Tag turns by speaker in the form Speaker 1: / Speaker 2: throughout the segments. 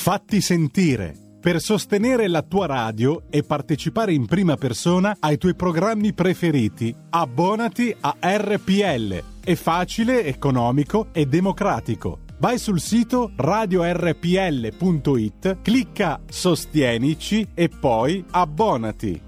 Speaker 1: Fatti sentire. Per sostenere la tua radio e partecipare in prima persona ai tuoi programmi preferiti, abbonati a RPL. È facile, economico e democratico. Vai sul sito radiorpl.it, clicca Sostienici e poi abbonati.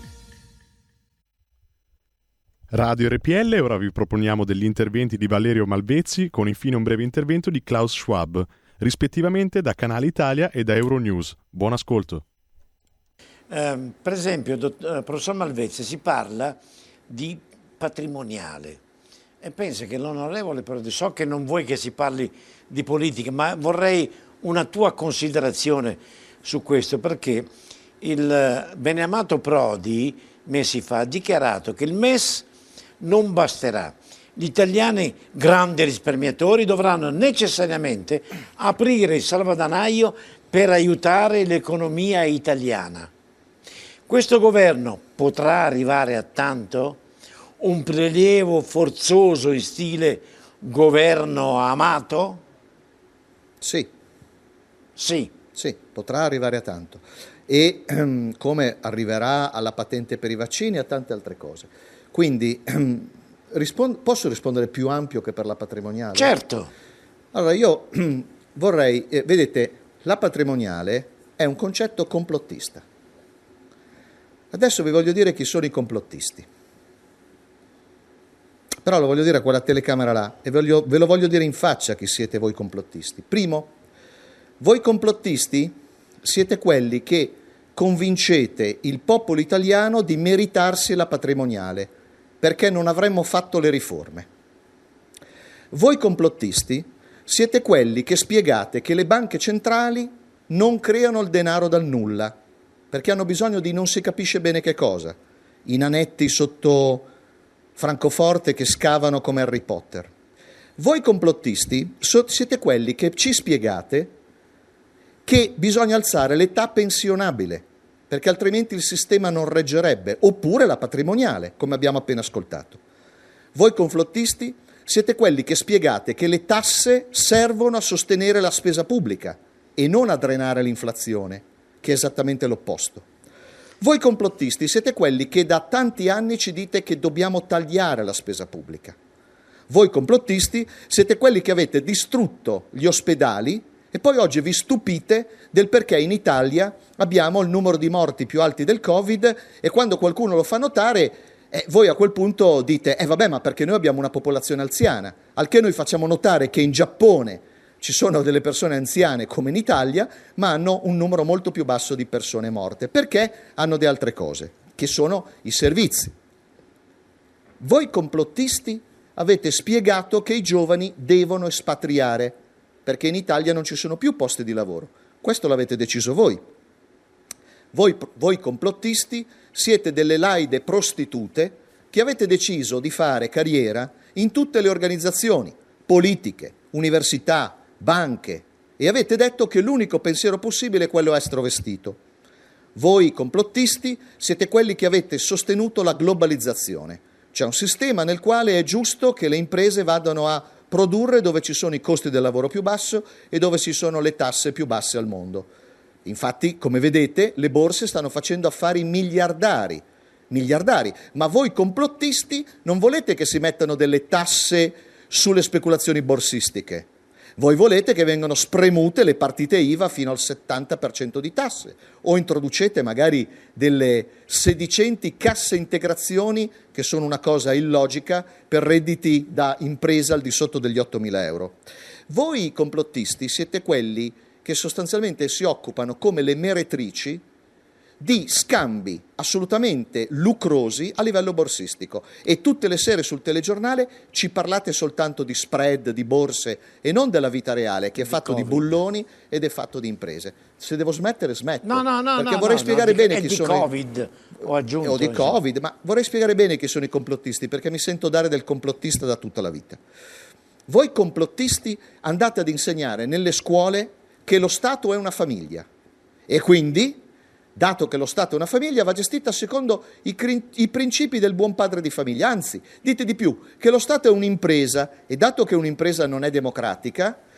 Speaker 2: Radio RPL, ora vi proponiamo degli interventi di Valerio Malvezzi con infine un breve intervento di Klaus Schwab, rispettivamente da Canale Italia e da Euronews. Buon ascolto.
Speaker 3: Per esempio, professor Malvezzi, si parla di patrimoniale e penso che l'onorevole, però so che non vuoi che si parli di politica, ma vorrei una tua considerazione su questo, perché il beneamato Prodi mesi fa ha dichiarato che il MES non basterà. Gli italiani, grandi risparmiatori, dovranno necessariamente aprire il salvadanaio per aiutare l'economia italiana. Questo governo potrà arrivare a tanto? Un prelievo forzoso in stile governo Amato?
Speaker 4: Sì.
Speaker 3: Sì.
Speaker 4: Sì, potrà arrivare a tanto. E come arriverà alla patente per i vaccini e a tante altre cose. Quindi posso rispondere più ampio che per la patrimoniale?
Speaker 3: Certo.
Speaker 4: Allora io vorrei, vedete, la patrimoniale è un concetto complottista. Adesso vi voglio dire chi sono i complottisti. Però lo voglio dire a quella telecamera là e ve lo voglio dire in faccia chi siete voi complottisti. Primo, voi complottisti siete quelli che convincete il popolo italiano di meritarsi la patrimoniale, perché non avremmo fatto le riforme. Voi complottisti siete quelli che spiegate che le banche centrali non creano il denaro dal nulla, perché hanno bisogno di non si capisce bene che cosa, i nanetti sotto Francoforte che scavano come Harry Potter. Voi complottisti siete quelli che ci spiegate che bisogna alzare l'età pensionabile, perché altrimenti il sistema non reggerebbe, oppure la patrimoniale, come abbiamo appena ascoltato. Voi complottisti siete quelli che spiegate che le tasse servono a sostenere la spesa pubblica e non a drenare l'inflazione, che è esattamente l'opposto. Voi complottisti siete quelli che da tanti anni ci dite che dobbiamo tagliare la spesa pubblica. Voi complottisti siete quelli che avete distrutto gli ospedali e poi oggi vi stupite del perché in Italia abbiamo il numero di morti più alti del Covid e quando qualcuno lo fa notare voi a quel punto dite vabbè, ma perché noi abbiamo una popolazione anziana, al che noi facciamo notare che in Giappone ci sono delle persone anziane come in Italia, ma hanno un numero molto più basso di persone morte, perché hanno delle altre cose, che sono i servizi. Voi complottisti avete spiegato che i giovani devono espatriare, perché in Italia non ci sono più posti di lavoro. Questo l'avete deciso voi. Voi complottisti siete delle laide prostitute che avete deciso di fare carriera in tutte le organizzazioni, politiche, università, banche, e avete detto che l'unico pensiero possibile è quello estrovestito. Voi complottisti siete quelli che avete sostenuto la globalizzazione. C'è un sistema nel quale è giusto che le imprese vadano a produrre dove ci sono i costi del lavoro più basso e dove ci sono le tasse più basse al mondo. Infatti, come vedete, le borse stanno facendo affari miliardari, ma voi complottisti non volete che si mettano delle tasse sulle speculazioni borsistiche. Voi volete che vengano spremute le partite IVA fino al 70% di tasse o introducete magari delle sedicenti casse integrazioni che sono una cosa illogica per redditi da impresa al di sotto degli 8.000 euro. Voi complottisti siete quelli che sostanzialmente si occupano come le meretrici di scambi assolutamente lucrosi a livello borsistico e tutte le sere sul telegiornale ci parlate soltanto di spread, di borse e non della vita reale che è fatto di bulloni ed è fatto di imprese. Se devo smettere, smetto. Perché vorrei spiegare bene chi sono
Speaker 3: Covid, ho aggiunto.
Speaker 4: O di Covid, ma vorrei spiegare bene chi sono i complottisti perché mi sento dare del complottista da tutta la vita. Voi complottisti andate ad insegnare nelle scuole che lo Stato è una famiglia e quindi, dato che lo Stato è una famiglia, va gestita secondo i principi del buon padre di famiglia. Anzi, dite di più, che lo Stato è un'impresa e dato che un'impresa non è democratica,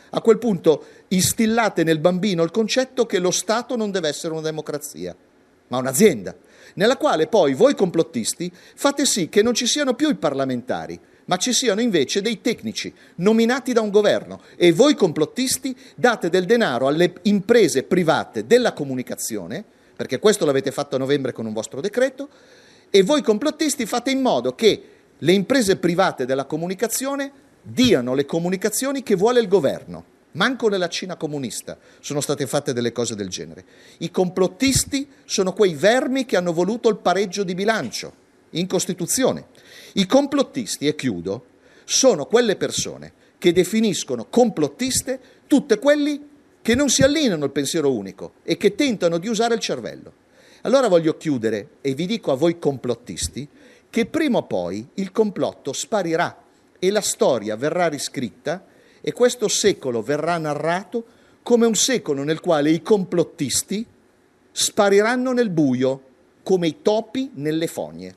Speaker 4: A quel punto instillate nel bambino il concetto che lo Stato non deve essere una democrazia, ma un'azienda, nella quale poi voi complottisti fate sì che non ci siano più i parlamentari, ma ci siano invece dei tecnici nominati da un governo, e voi complottisti date del denaro alle imprese private della comunicazione, perché questo l'avete fatto a novembre con un vostro decreto, e voi complottisti fate in modo che le imprese private della comunicazione diano le comunicazioni che vuole il governo. Manco nella Cina comunista sono state fatte delle cose del genere. I complottisti sono quei vermi che hanno voluto il pareggio di bilancio in Costituzione. I complottisti, e chiudo, sono quelle persone che definiscono complottiste tutte quelli che non si allineano al pensiero unico e che tentano di usare il cervello. Allora voglio chiudere e vi dico a voi complottisti che prima o poi il complotto sparirà e la storia verrà riscritta, e questo secolo verrà narrato come un secolo nel quale i complottisti spariranno nel buio come i topi nelle fogne.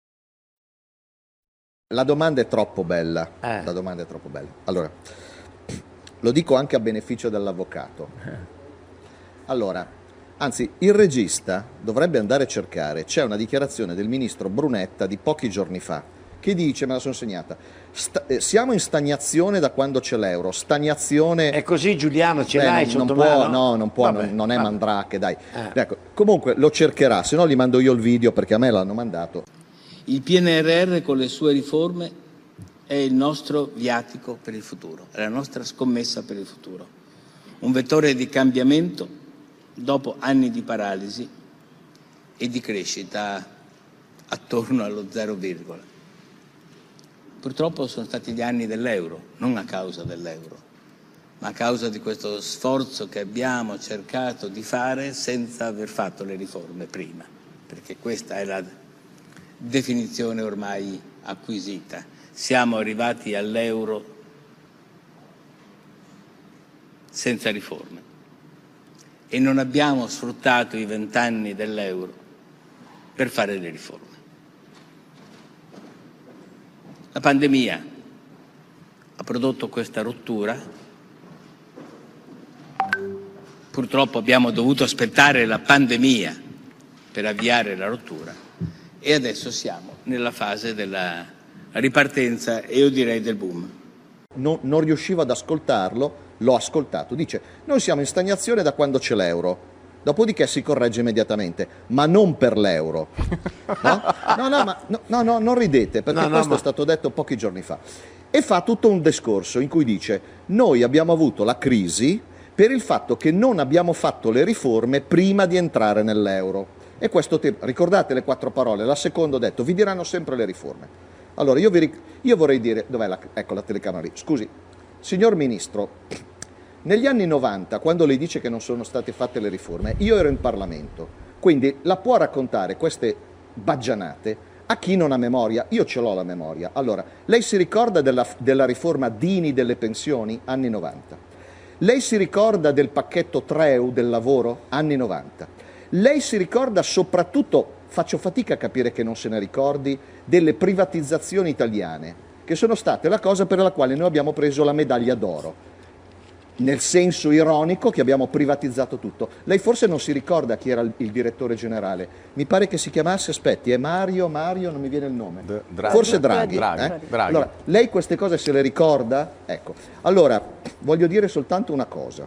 Speaker 4: La domanda è troppo bella. La domanda è troppo bella. Allora, lo dico anche a beneficio dell'avvocato. Allora, anzi, il regista dovrebbe andare a cercare, c'è una dichiarazione del ministro Brunetta di pochi giorni fa, che dice, me la sono segnata, siamo in stagnazione da quando c'è l'euro, stagnazione...
Speaker 3: È così, Giuliano, ce l'hai sotto mano?
Speaker 4: No, non può, vabbè, non è vabbè. Mandrake, dai. Ecco, comunque lo cercherà, se no gli mando io il video perché a me l'hanno mandato.
Speaker 5: Il PNRR con le sue riforme è il nostro viatico per il futuro, è la nostra scommessa per il futuro. Un vettore di cambiamento dopo anni di paralisi e di crescita attorno allo 0, purtroppo sono stati gli anni dell'euro, non a causa dell'euro, ma a causa di questo sforzo che abbiamo cercato di fare senza aver fatto le riforme prima, perché questa è la definizione ormai acquisita. Siamo arrivati all'euro senza riforme e non abbiamo sfruttato i 20 anni dell'euro per fare le riforme. La pandemia ha prodotto questa rottura. Purtroppo abbiamo dovuto aspettare la pandemia per avviare la rottura e adesso siamo nella fase della ripartenza e io direi del boom.
Speaker 4: Non riuscivo ad ascoltarlo, l'ho ascoltato. Dice, noi siamo in stagnazione da quando c'è l'euro. Dopodiché si corregge immediatamente, ma non per l'euro. No, non ridete, perché questo è stato detto pochi giorni fa. E fa tutto un discorso in cui dice, noi abbiamo avuto la crisi per il fatto che non abbiamo fatto le riforme prima di entrare nell'euro. E questo, ricordate le 4 parole, la seconda ho detto, vi diranno sempre le riforme. Allora, io vorrei dire, dov'è ecco la telecamera lì, scusi, signor Ministro, negli anni 90, quando lei dice che non sono state fatte le riforme, io ero in Parlamento, quindi la può raccontare queste baggianate a chi non ha memoria. Io ce l'ho la memoria. Allora, lei si ricorda della riforma Dini delle pensioni, anni 90? Lei si ricorda del pacchetto Treu del lavoro, anni 90? Lei si ricorda soprattutto, faccio fatica a capire che non se ne ricordi, delle privatizzazioni italiane, che sono state la cosa per la quale noi abbiamo preso la medaglia d'oro. Nel senso ironico che abbiamo privatizzato tutto. Lei forse non si ricorda chi era il direttore generale, mi pare che si chiamasse, aspetti, è Mario, non mi viene il nome, forse Draghi. Allora, lei queste cose se le ricorda? Ecco, allora, voglio dire soltanto una cosa,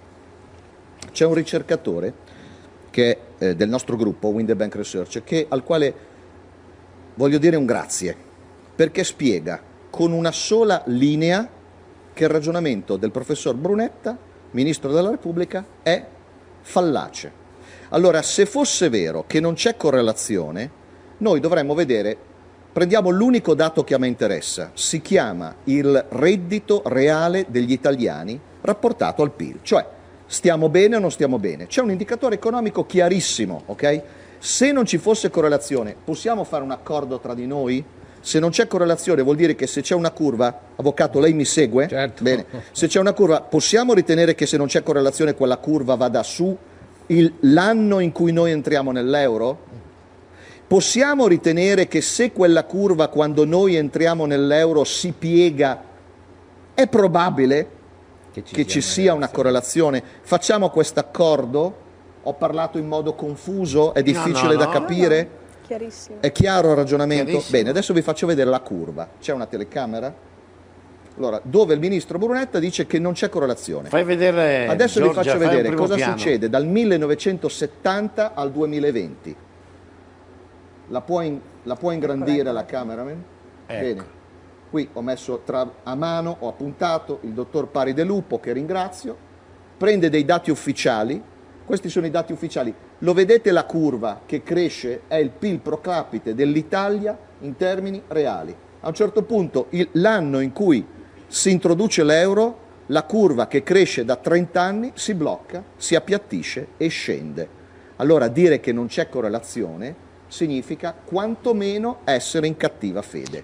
Speaker 4: c'è un ricercatore che è del nostro gruppo, Wind Bank Research, al quale voglio dire un grazie, perché spiega con una sola linea che il ragionamento del professor Brunetta, Ministro della Repubblica, è fallace. Allora, se fosse vero che non c'è correlazione, noi dovremmo vedere, prendiamo l'unico dato che a me interessa, si chiama il reddito reale degli italiani rapportato al PIL, cioè stiamo bene o non stiamo bene. C'è un indicatore economico chiarissimo, ok? Se non ci fosse correlazione, possiamo fare un accordo tra di noi? Se non c'è correlazione vuol dire che se c'è una curva, avvocato lei mi segue?
Speaker 6: Certo.
Speaker 4: Bene, se c'è una curva possiamo ritenere che se non c'è correlazione quella curva vada su l'anno in cui noi entriamo nell'euro? Possiamo ritenere che se quella curva quando noi entriamo nell'euro si piega, è probabile che ci sia una correlazione. Facciamo questo accordo? Ho parlato in modo confuso? È difficile da capire?
Speaker 6: No. Chiarissimo.
Speaker 4: È chiaro il ragionamento?
Speaker 3: Chiarissimo.
Speaker 4: Bene, adesso vi faccio vedere la curva. C'è una telecamera? Allora, dove il ministro Brunetta dice che non c'è correlazione.
Speaker 3: Fai vedere,
Speaker 4: Adesso
Speaker 3: Giorgia,
Speaker 4: vi faccio
Speaker 3: fai un
Speaker 4: vedere
Speaker 3: primo
Speaker 4: cosa
Speaker 3: piano.
Speaker 4: succede dal 1970 al 2020. La può ingrandire la cameraman?
Speaker 3: Ecco.
Speaker 4: Bene. Qui ho messo a mano, ho appuntato il dottor Pari De Lupo, che ringrazio, prende dei dati ufficiali. Questi sono i dati ufficiali. Lo vedete la curva che cresce? È il PIL pro capite dell'Italia in termini reali. A un certo punto, l'anno in cui si introduce l'euro, la curva che cresce da 30 anni si blocca, si appiattisce e scende. Allora dire che non c'è correlazione significa quantomeno essere in cattiva fede.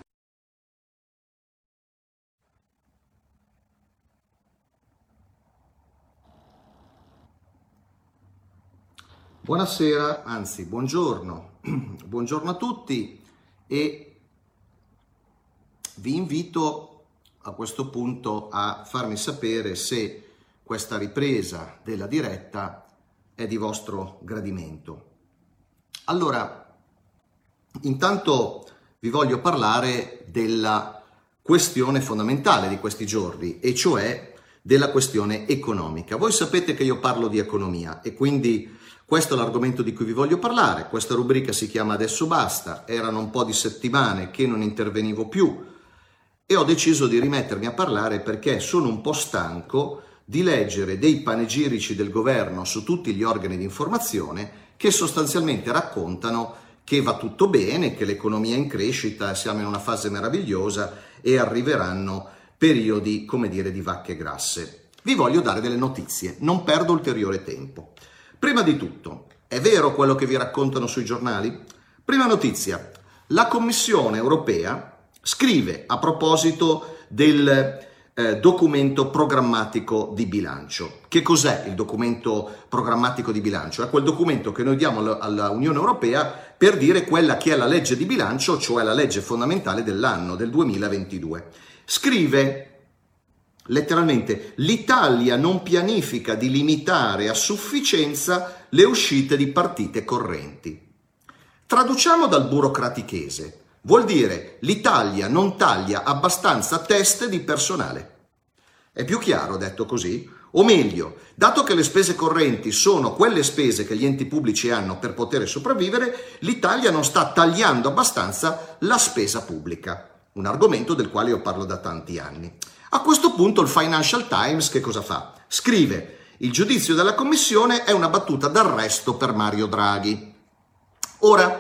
Speaker 4: Buonasera, anzi buongiorno, buongiorno a tutti e vi invito a questo punto a farmi sapere se questa ripresa della diretta è di vostro gradimento. Allora, intanto vi voglio parlare della questione fondamentale di questi giorni, e cioè della questione economica. Voi sapete che io parlo di economia e quindi questo è l'argomento di cui vi voglio parlare. Questa rubrica si chiama Adesso Basta, erano un po' di settimane che non intervenivo più e ho deciso di rimettermi a parlare perché sono un po' stanco di leggere dei panegirici del governo su tutti gli organi di informazione che sostanzialmente raccontano che va tutto bene, che l'economia è in crescita, siamo in una fase meravigliosa e arriveranno periodi, come dire, di vacche grasse. Vi voglio dare delle notizie, non perdo ulteriore tempo. Prima di tutto, è vero quello che vi raccontano sui giornali? Prima notizia, la Commissione europea scrive a proposito del documento programmatico di bilancio. Che cos'è il documento programmatico di bilancio? È quel documento che noi diamo alla Unione Europea per dire quella che è la legge di bilancio, cioè la legge fondamentale dell'anno, del 2022. Scrive letteralmente: l'Italia non pianifica di limitare a sufficienza le uscite di partite correnti. Traduciamo dal burocratichese, vuol dire l'Italia non taglia abbastanza teste di personale. È più chiaro detto così? O meglio, dato che le spese correnti sono quelle spese che gli enti pubblici hanno per poter sopravvivere, l'Italia non sta tagliando abbastanza la spesa pubblica, un argomento del quale io parlo da tanti anni. A questo punto il Financial Times che cosa fa? Scrive: il giudizio della Commissione è una battuta d'arresto per Mario Draghi. Ora,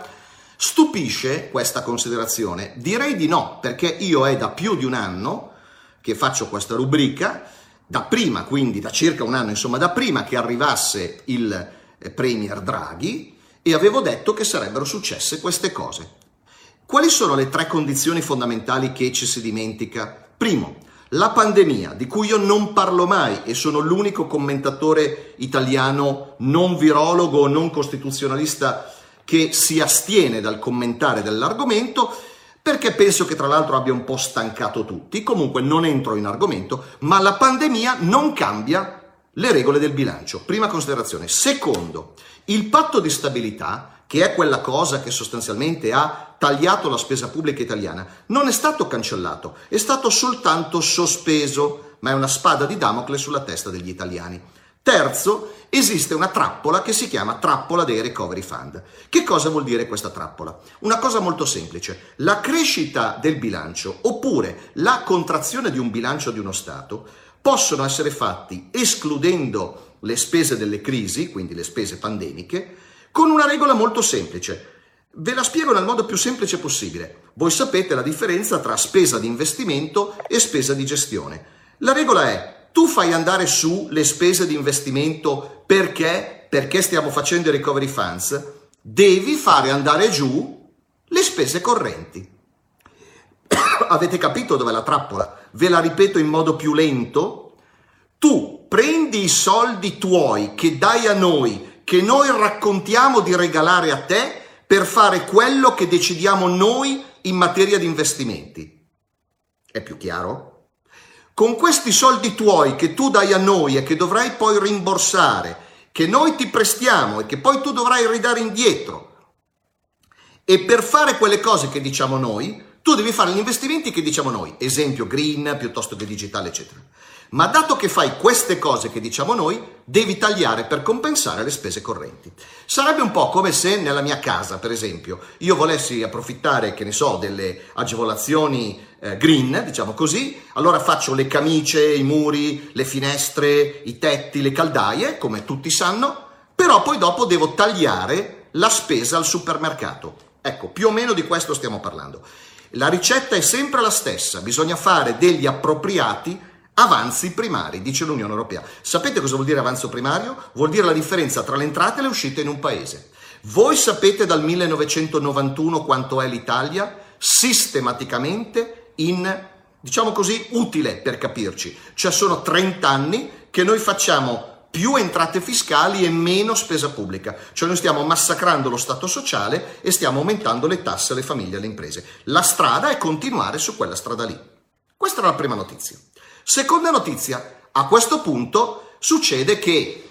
Speaker 4: stupisce questa considerazione? Direi di no, perché io è da più di un anno che faccio questa rubrica, da prima, quindi da circa un anno, insomma, da prima che arrivasse il Premier Draghi, e avevo detto che sarebbero successe queste cose. Quali sono le tre condizioni fondamentali che ci si dimentica? Primo, la pandemia, di cui io non parlo mai e sono l'unico commentatore italiano non virologo o non costituzionalista che si astiene dal commentare dell'argomento, perché penso che tra l'altro abbia un po' stancato tutti. Comunque non entro in argomento, ma la pandemia non cambia le regole del bilancio. Prima considerazione. Secondo, il patto di stabilità, che è quella cosa che sostanzialmente ha tagliato la spesa pubblica italiana, non è stato cancellato, è stato soltanto sospeso, ma è una spada di Damocle sulla testa degli italiani. Terzo, esiste una trappola che si chiama trappola dei recovery fund. Che cosa vuol dire questa trappola? Una cosa molto semplice: la crescita del bilancio oppure la contrazione di un bilancio di uno Stato possono essere fatti escludendo le spese delle crisi, quindi le spese pandemiche, con una regola molto semplice. Ve la spiego nel modo più semplice possibile. Voi sapete la differenza tra spesa di investimento e spesa di gestione. La regola è: tu fai andare su le spese di investimento perché stiamo facendo i recovery funds, devi fare andare giù le spese correnti. Avete capito dov'è la trappola? Ve la ripeto in modo più lento. Tu prendi i soldi tuoi che dai a noi, che noi raccontiamo di regalare a te, per fare quello che decidiamo noi in materia di investimenti. È più chiaro? con questi soldi tuoi che tu dai a noi e che dovrai poi rimborsare, che noi ti prestiamo e che poi tu dovrai ridare indietro, e per fare quelle cose che diciamo noi, tu devi fare gli investimenti che diciamo noi, esempio green piuttosto che digitale, eccetera. Ma dato che fai queste cose che diciamo noi, devi tagliare per compensare le spese correnti. Sarebbe un po' come se nella mia casa, per esempio, io volessi approfittare, che ne so, delle agevolazioni green, diciamo così, allora faccio le camicie, i muri, le finestre, i tetti, le caldaie, come tutti sanno, però poi dopo devo tagliare la spesa al supermercato. Ecco, più o meno di questo stiamo parlando. La ricetta è sempre la stessa, bisogna fare degli appropriati avanzi primari, dice l'Unione Europea. Sapete cosa vuol dire avanzo primario? Vuol dire la differenza tra le entrate e le uscite in un paese. Voi sapete dal 1991 quanto è l'Italia? Sistematicamente diciamo così, utile per capirci. Cioè sono 30 anni che noi facciamo più entrate fiscali e meno spesa pubblica. Cioè noi stiamo massacrando lo Stato sociale e stiamo aumentando le tasse alle famiglie e alle imprese. La strada è continuare su quella strada lì. Questa era la prima notizia. Seconda notizia, a questo punto succede che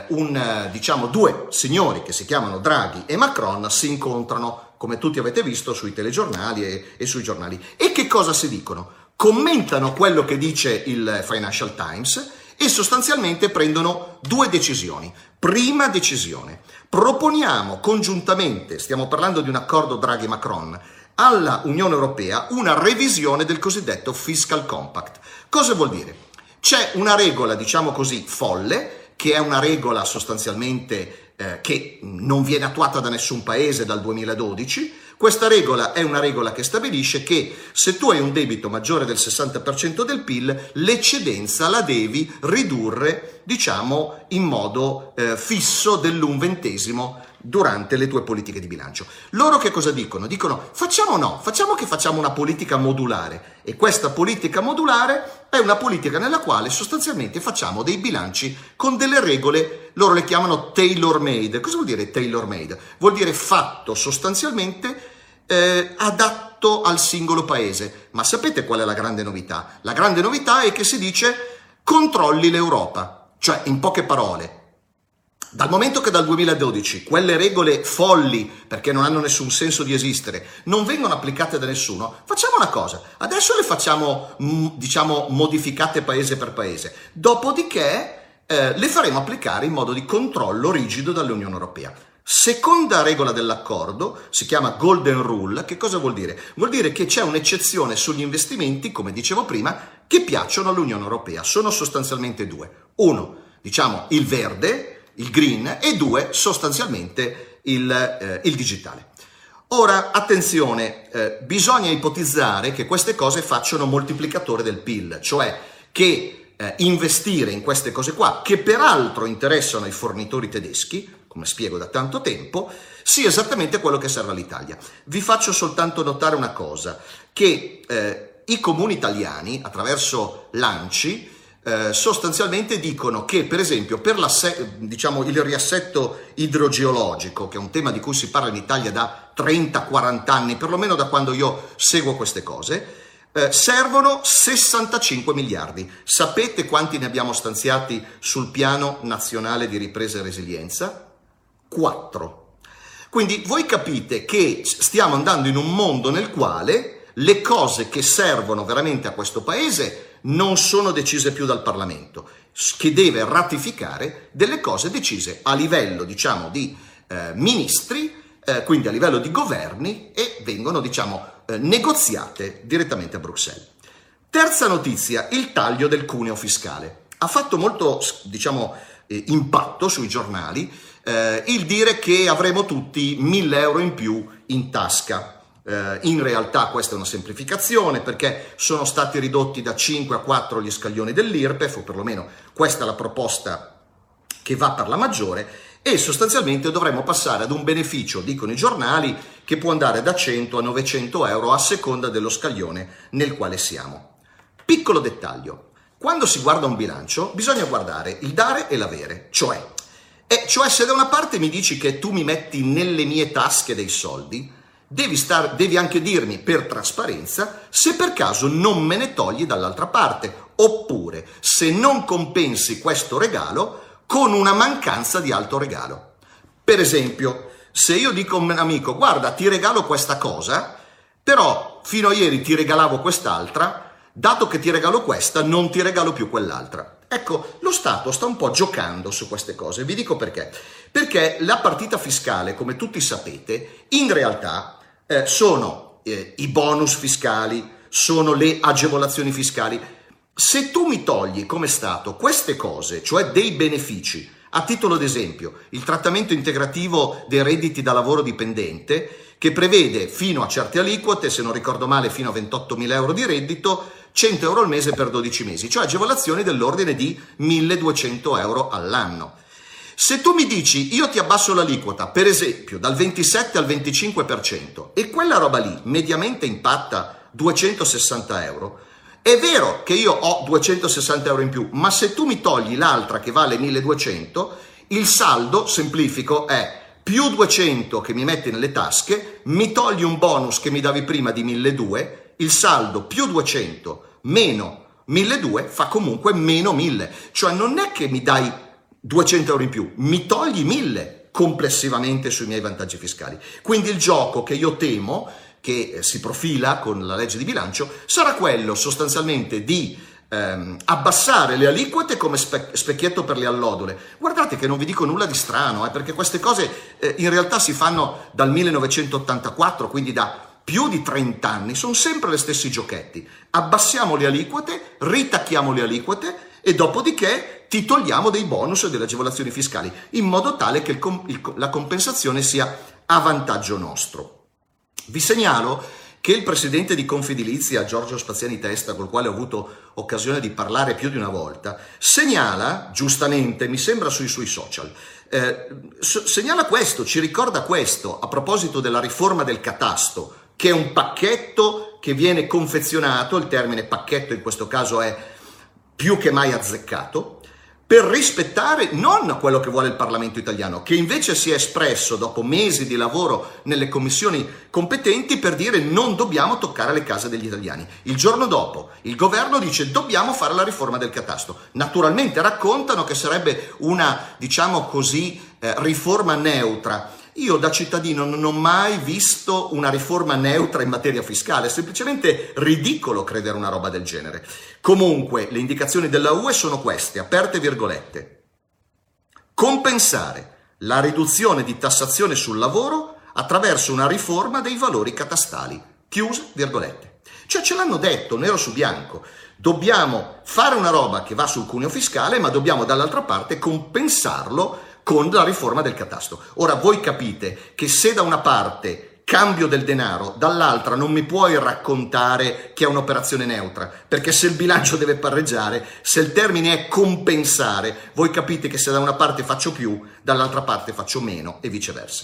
Speaker 4: due signori che si chiamano Draghi e Macron si incontrano, come tutti avete visto sui telegiornali e sui giornali. E che cosa si dicono? Commentano quello che dice il Financial Times e sostanzialmente prendono due decisioni. Prima decisione, proponiamo congiuntamente, stiamo parlando di un accordo Draghi-Macron, alla Unione Europea una revisione del cosiddetto Fiscal Compact. Cosa vuol dire? C'è una regola, diciamo così, folle, che è una regola sostanzialmente che non viene attuata da nessun paese dal 2012. Questa regola è una regola che stabilisce che se tu hai un debito maggiore del 60% del PIL, l'eccedenza la devi ridurre, diciamo, in modo fisso dell'1/20 durante le tue politiche di bilancio. Loro che cosa dicono? Dicono facciamo una politica modulare, e questa politica modulare è una politica nella quale sostanzialmente facciamo dei bilanci con delle regole, loro le chiamano tailor made. Cosa vuol dire tailor made? Vuol dire fatto sostanzialmente adatto al singolo paese. Ma sapete qual è la grande novità? La grande novità è che si dice controlli l'Europa, cioè in poche parole, dal momento che dal 2012 quelle regole folli, perché non hanno nessun senso di esistere, non vengono applicate da nessuno, facciamo una cosa, adesso le facciamo, diciamo, modificate paese per paese, dopodiché le faremo applicare in modo di controllo rigido dall'Unione Europea. Seconda regola dell'accordo, si chiama Golden Rule. Che cosa vuol dire? Vuol dire che c'è un'eccezione sugli investimenti, come dicevo prima, che piacciono all'Unione Europea. Sono sostanzialmente due. Uno, diciamo, il verde, il green, e due, sostanzialmente il digitale. Ora, attenzione, bisogna ipotizzare che queste cose facciano moltiplicatore del PIL, cioè che investire in queste cose qua, che peraltro interessano i fornitori tedeschi, come spiego da tanto tempo, sia esattamente quello che serve all'Italia. Vi faccio soltanto notare una cosa, che i comuni italiani, attraverso l'ANCI, sostanzialmente dicono che, per esempio, per il riassetto idrogeologico, che è un tema di cui si parla in Italia da 30-40 anni, perlomeno da quando io seguo queste cose, servono 65 miliardi. Sapete quanti ne abbiamo stanziati sul Piano Nazionale di Ripresa e Resilienza? 4. Quindi voi capite che stiamo andando in un mondo nel quale le cose che servono veramente a questo paese non sono decise più dal Parlamento, che deve ratificare delle cose decise a livello, diciamo, di ministri, quindi a livello di governi, e vengono, diciamo, negoziate direttamente a Bruxelles. Terza notizia, il taglio del cuneo fiscale. Ha fatto molto, diciamo, impatto sui giornali il dire che avremo tutti 1.000 euro in più in tasca. In realtà questa è una semplificazione, perché sono stati ridotti da 5 a 4 gli scaglioni dell'IRPEF, o perlomeno questa è la proposta che va per la maggiore, e sostanzialmente dovremmo passare ad un beneficio, dicono i giornali, che può andare da 100 a 900 euro a seconda dello scaglione nel quale siamo. Piccolo dettaglio, quando si guarda un bilancio bisogna guardare il dare e l'avere, cioè se da una parte mi dici che tu mi metti nelle mie tasche dei soldi, devi anche dirmi per trasparenza se per caso non me ne togli dall'altra parte, oppure se non compensi questo regalo con una mancanza di altro regalo. Per esempio, se io dico a un amico: guarda, ti regalo questa cosa, però fino a ieri ti regalavo quest'altra, dato che ti regalo questa non ti regalo più quell'altra. Ecco, lo Stato sta un po' giocando su queste cose. Vi dico perché. Perché la partita fiscale, come tutti sapete, in realtà sono i bonus fiscali, sono le agevolazioni fiscali. Se tu mi togli come Stato queste cose, cioè dei benefici, a titolo d'esempio il trattamento integrativo dei redditi da lavoro dipendente, che prevede fino a certe aliquote, se non ricordo male fino a 28.000 euro di reddito, 100 euro al mese per 12 mesi, cioè agevolazioni dell'ordine di 1.200 euro all'anno. Se tu mi dici: io ti abbasso l'aliquota, per esempio, dal 27 al 25%, e quella roba lì mediamente impatta 260 euro, è vero che io ho 260 euro in più, ma se tu mi togli l'altra che vale 1.200, il saldo, semplifico, è più 200 che mi metti nelle tasche, mi togli un bonus che mi davi prima di 1.200, il saldo più 200 meno 1.200 fa comunque meno 1.000. Cioè non è che mi dai 200 euro in più, mi togli 1.000 complessivamente sui miei vantaggi fiscali. Quindi il gioco che io temo, che si profila con la legge di bilancio, sarà quello sostanzialmente di abbassare le aliquote come specchietto per le allodole. Guardate che non vi dico nulla di strano, perché queste cose in realtà si fanno dal 1984, quindi da più di 30 anni, sono sempre le stessi giochetti. Abbassiamo le aliquote, ritacchiamo le aliquote e dopodiché ti togliamo dei bonus e delle agevolazioni fiscali, in modo tale che la compensazione sia a vantaggio nostro. Vi segnalo che il presidente di Confedilizia, Giorgio Spaziani Testa, col quale ho avuto occasione di parlare più di una volta, segnala, giustamente, mi sembra sui suoi social, segnala questo, ci ricorda questo, a proposito della riforma del catasto, che è un pacchetto che viene confezionato, il termine pacchetto in questo caso è più che mai azzeccato, per rispettare non quello che vuole il Parlamento italiano, che invece si è espresso dopo mesi di lavoro nelle commissioni competenti per dire: non dobbiamo toccare le case degli italiani. Il giorno dopo il governo dice: dobbiamo fare la riforma del catasto. Naturalmente raccontano che sarebbe una, diciamo così, riforma neutra. Io da cittadino non ho mai visto una riforma neutra in materia fiscale, è semplicemente ridicolo credere una roba del genere. Comunque le indicazioni della UE sono queste, aperte virgolette: compensare la riduzione di tassazione sul lavoro attraverso una riforma dei valori catastali, chiuse virgolette. Cioè ce l'hanno detto nero su bianco, dobbiamo fare una roba che va sul cuneo fiscale, ma dobbiamo dall'altra parte compensarlo con la riforma del catasto. Ora voi capite che se da una parte cambio del denaro, dall'altra non mi puoi raccontare che è un'operazione neutra, perché se il bilancio deve pareggiare, se il termine è compensare, voi capite che se da una parte faccio più, dall'altra parte faccio meno e viceversa.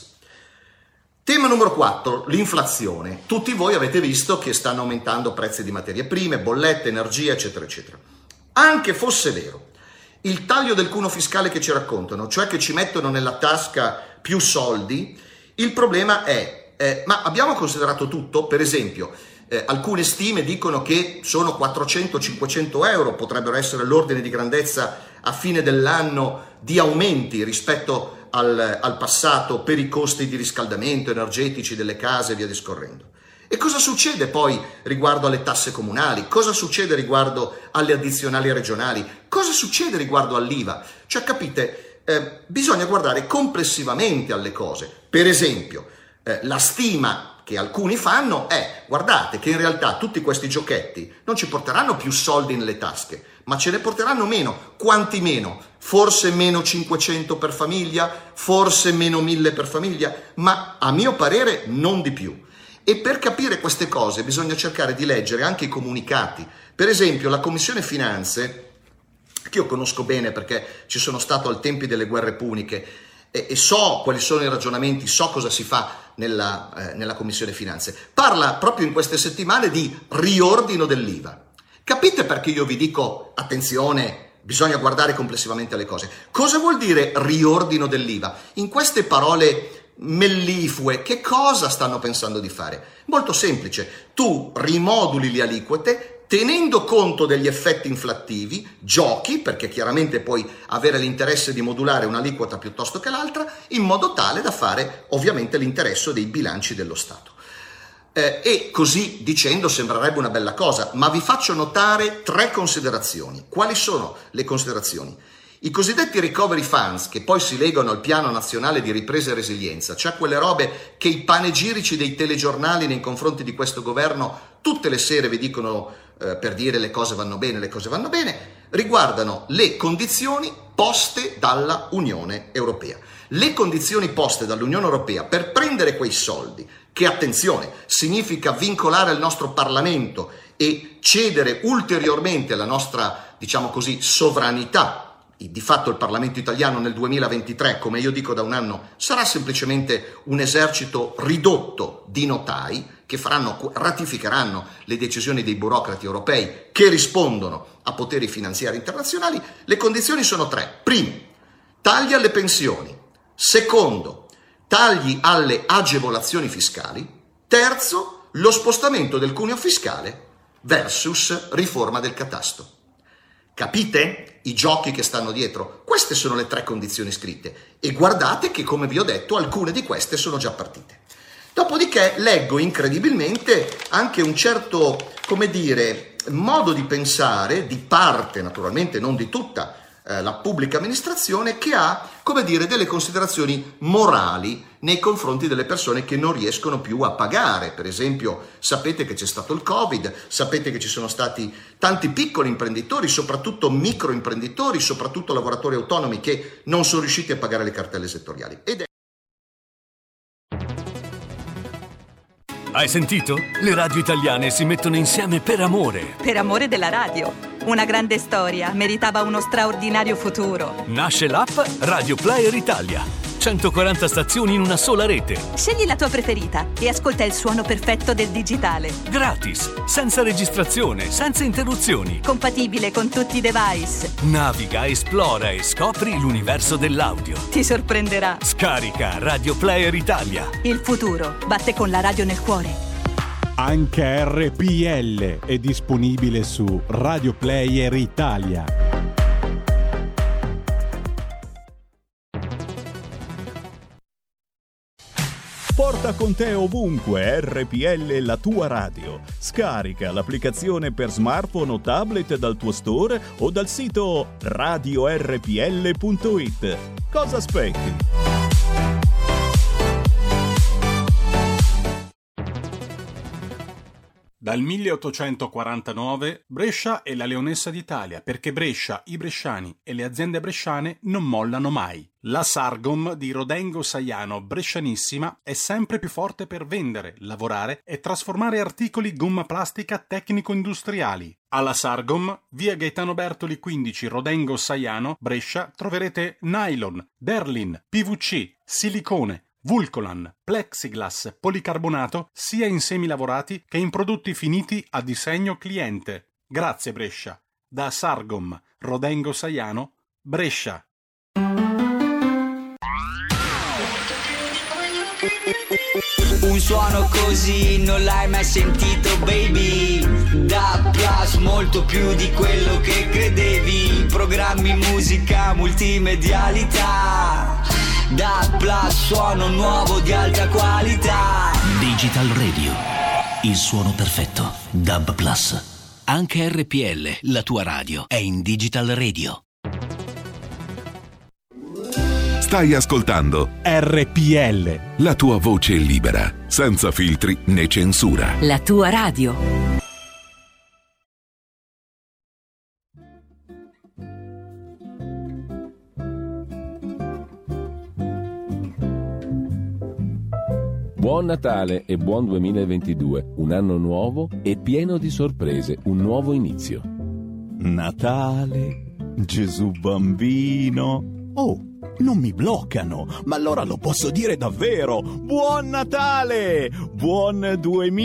Speaker 4: Tema numero 4, l'inflazione. Tutti voi avete visto che stanno aumentando prezzi di materie prime, bollette, energia, eccetera, eccetera. Anche fosse vero, il taglio del cuneo fiscale che ci raccontano, cioè che ci mettono nella tasca più soldi, il problema è, ma abbiamo considerato tutto? Per esempio, alcune stime dicono che sono 400-500 euro, potrebbero essere l'ordine di grandezza a fine dell'anno di aumenti rispetto al passato per i costi di riscaldamento, energetici delle case e via discorrendo. E cosa succede poi riguardo alle tasse comunali? Cosa succede riguardo alle addizionali regionali? Cosa succede riguardo all'IVA? Cioè, capite, bisogna guardare complessivamente alle cose. Per esempio, la stima che alcuni fanno è: guardate che in realtà tutti questi giochetti non ci porteranno più soldi nelle tasche, ma ce ne porteranno meno. Quanti meno? Forse meno 500 per famiglia, forse meno 1000 per famiglia, ma a mio parere non di più. E per capire queste cose bisogna cercare di leggere anche i comunicati. Per esempio la Commissione Finanze, che io conosco bene perché ci sono stato al tempi delle guerre puniche e so quali sono i ragionamenti, so cosa si fa nella Commissione Finanze, parla proprio in queste settimane di riordino dell'IVA. Capite perché io vi dico: attenzione, bisogna guardare complessivamente alle cose. Cosa vuol dire riordino dell'IVA? In queste parole melliflue, che cosa stanno pensando di fare? Molto semplice: tu rimoduli le aliquote, tenendo conto degli effetti inflattivi, giochi, perché chiaramente puoi avere l'interesse di modulare un'aliquota piuttosto che l'altra, in modo tale da fare ovviamente l'interesse dei bilanci dello Stato. E così dicendo sembrerebbe una bella cosa, ma vi faccio notare 3 considerazioni. Quali sono le considerazioni? I cosiddetti recovery funds, che poi si legano al Piano Nazionale di Ripresa e Resilienza, cioè quelle robe che i panegirici dei telegiornali nei confronti di questo governo tutte le sere vi dicono per dire le cose vanno bene, riguardano le condizioni poste dalla Unione Europea. Le condizioni poste dall'Unione Europea per prendere quei soldi, che attenzione, significa vincolare il nostro Parlamento e cedere ulteriormente la nostra, diciamo così, sovranità. Di fatto il Parlamento italiano nel 2023, come io dico da un anno, sarà semplicemente un esercito ridotto di notai che ratificheranno le decisioni dei burocrati europei che rispondono a poteri finanziari internazionali. Le condizioni sono 3. Primo, tagli alle pensioni. Secondo, tagli alle agevolazioni fiscali. Terzo, lo spostamento del cuneo fiscale versus riforma del catasto. Capite i giochi che stanno dietro? Queste sono le 3 condizioni scritte e guardate che, come vi ho detto, alcune di queste sono già partite. Dopodiché leggo incredibilmente anche un certo, modo di pensare, di parte naturalmente, non di tutta la pubblica amministrazione, che ha, delle considerazioni morali nei confronti delle persone che non riescono più a pagare. Per esempio, sapete che c'è stato il Covid, sapete che ci sono stati tanti piccoli imprenditori, soprattutto microimprenditori, soprattutto lavoratori autonomi che non sono riusciti a pagare le cartelle settoriali.
Speaker 6: Hai sentito? Le radio italiane si mettono insieme per amore.
Speaker 7: Per amore della radio. Una grande storia, meritava uno straordinario futuro.
Speaker 6: Nasce l'app Radio Player Italia. 140 stazioni in una sola rete.
Speaker 7: Scegli la tua preferita e ascolta il suono perfetto del digitale.
Speaker 6: Gratis, senza registrazione, senza interruzioni.
Speaker 7: Compatibile con tutti i device.
Speaker 6: Naviga, esplora e scopri l'universo dell'audio.
Speaker 7: Ti sorprenderà.
Speaker 6: Scarica Radio Player Italia.
Speaker 7: Il futuro batte con la radio nel cuore.
Speaker 1: Anche RPL è disponibile su Radio Player Italia.
Speaker 8: Porta con te ovunque RPL, la tua radio. Scarica l'applicazione per smartphone o tablet dal tuo store o dal sito radiorpl.it. Cosa aspetti?
Speaker 1: Dal 1849 Brescia è la leonessa d'Italia, perché Brescia, i bresciani e le aziende bresciane non mollano mai. La Sargom di Rodengo Saiano Brescianissima è sempre più forte per vendere, lavorare e trasformare articoli gomma plastica tecnico-industriali. Alla Sargom, via Gaetano Bertoli 15 Rodengo Saiano, Brescia, troverete nylon, derlin, PVC, silicone, Vulcolan, plexiglass, policarbonato sia in semi lavorati che in prodotti finiti a disegno cliente. Grazie Brescia. Da Sargom, Rodengo Saiano, Brescia.
Speaker 9: Un suono così non l'hai mai sentito, baby. Da Plus, molto più di quello che credevi. Programmi, musica, multimedialità. Da Plus, suono nuovo di alta qualità.
Speaker 10: Digital Radio, il suono perfetto. DAB Plus. Anche RPL, la tua radio, è in Digital Radio.
Speaker 11: Stai ascoltando
Speaker 1: RPL,
Speaker 11: la tua voce libera, senza filtri né censura.
Speaker 7: La tua radio.
Speaker 12: Buon Natale e buon 2022, un anno nuovo e pieno di sorprese, un nuovo inizio.
Speaker 8: Natale, Gesù bambino. Oh, non mi bloccano, ma allora lo posso dire davvero. Buon Natale, buon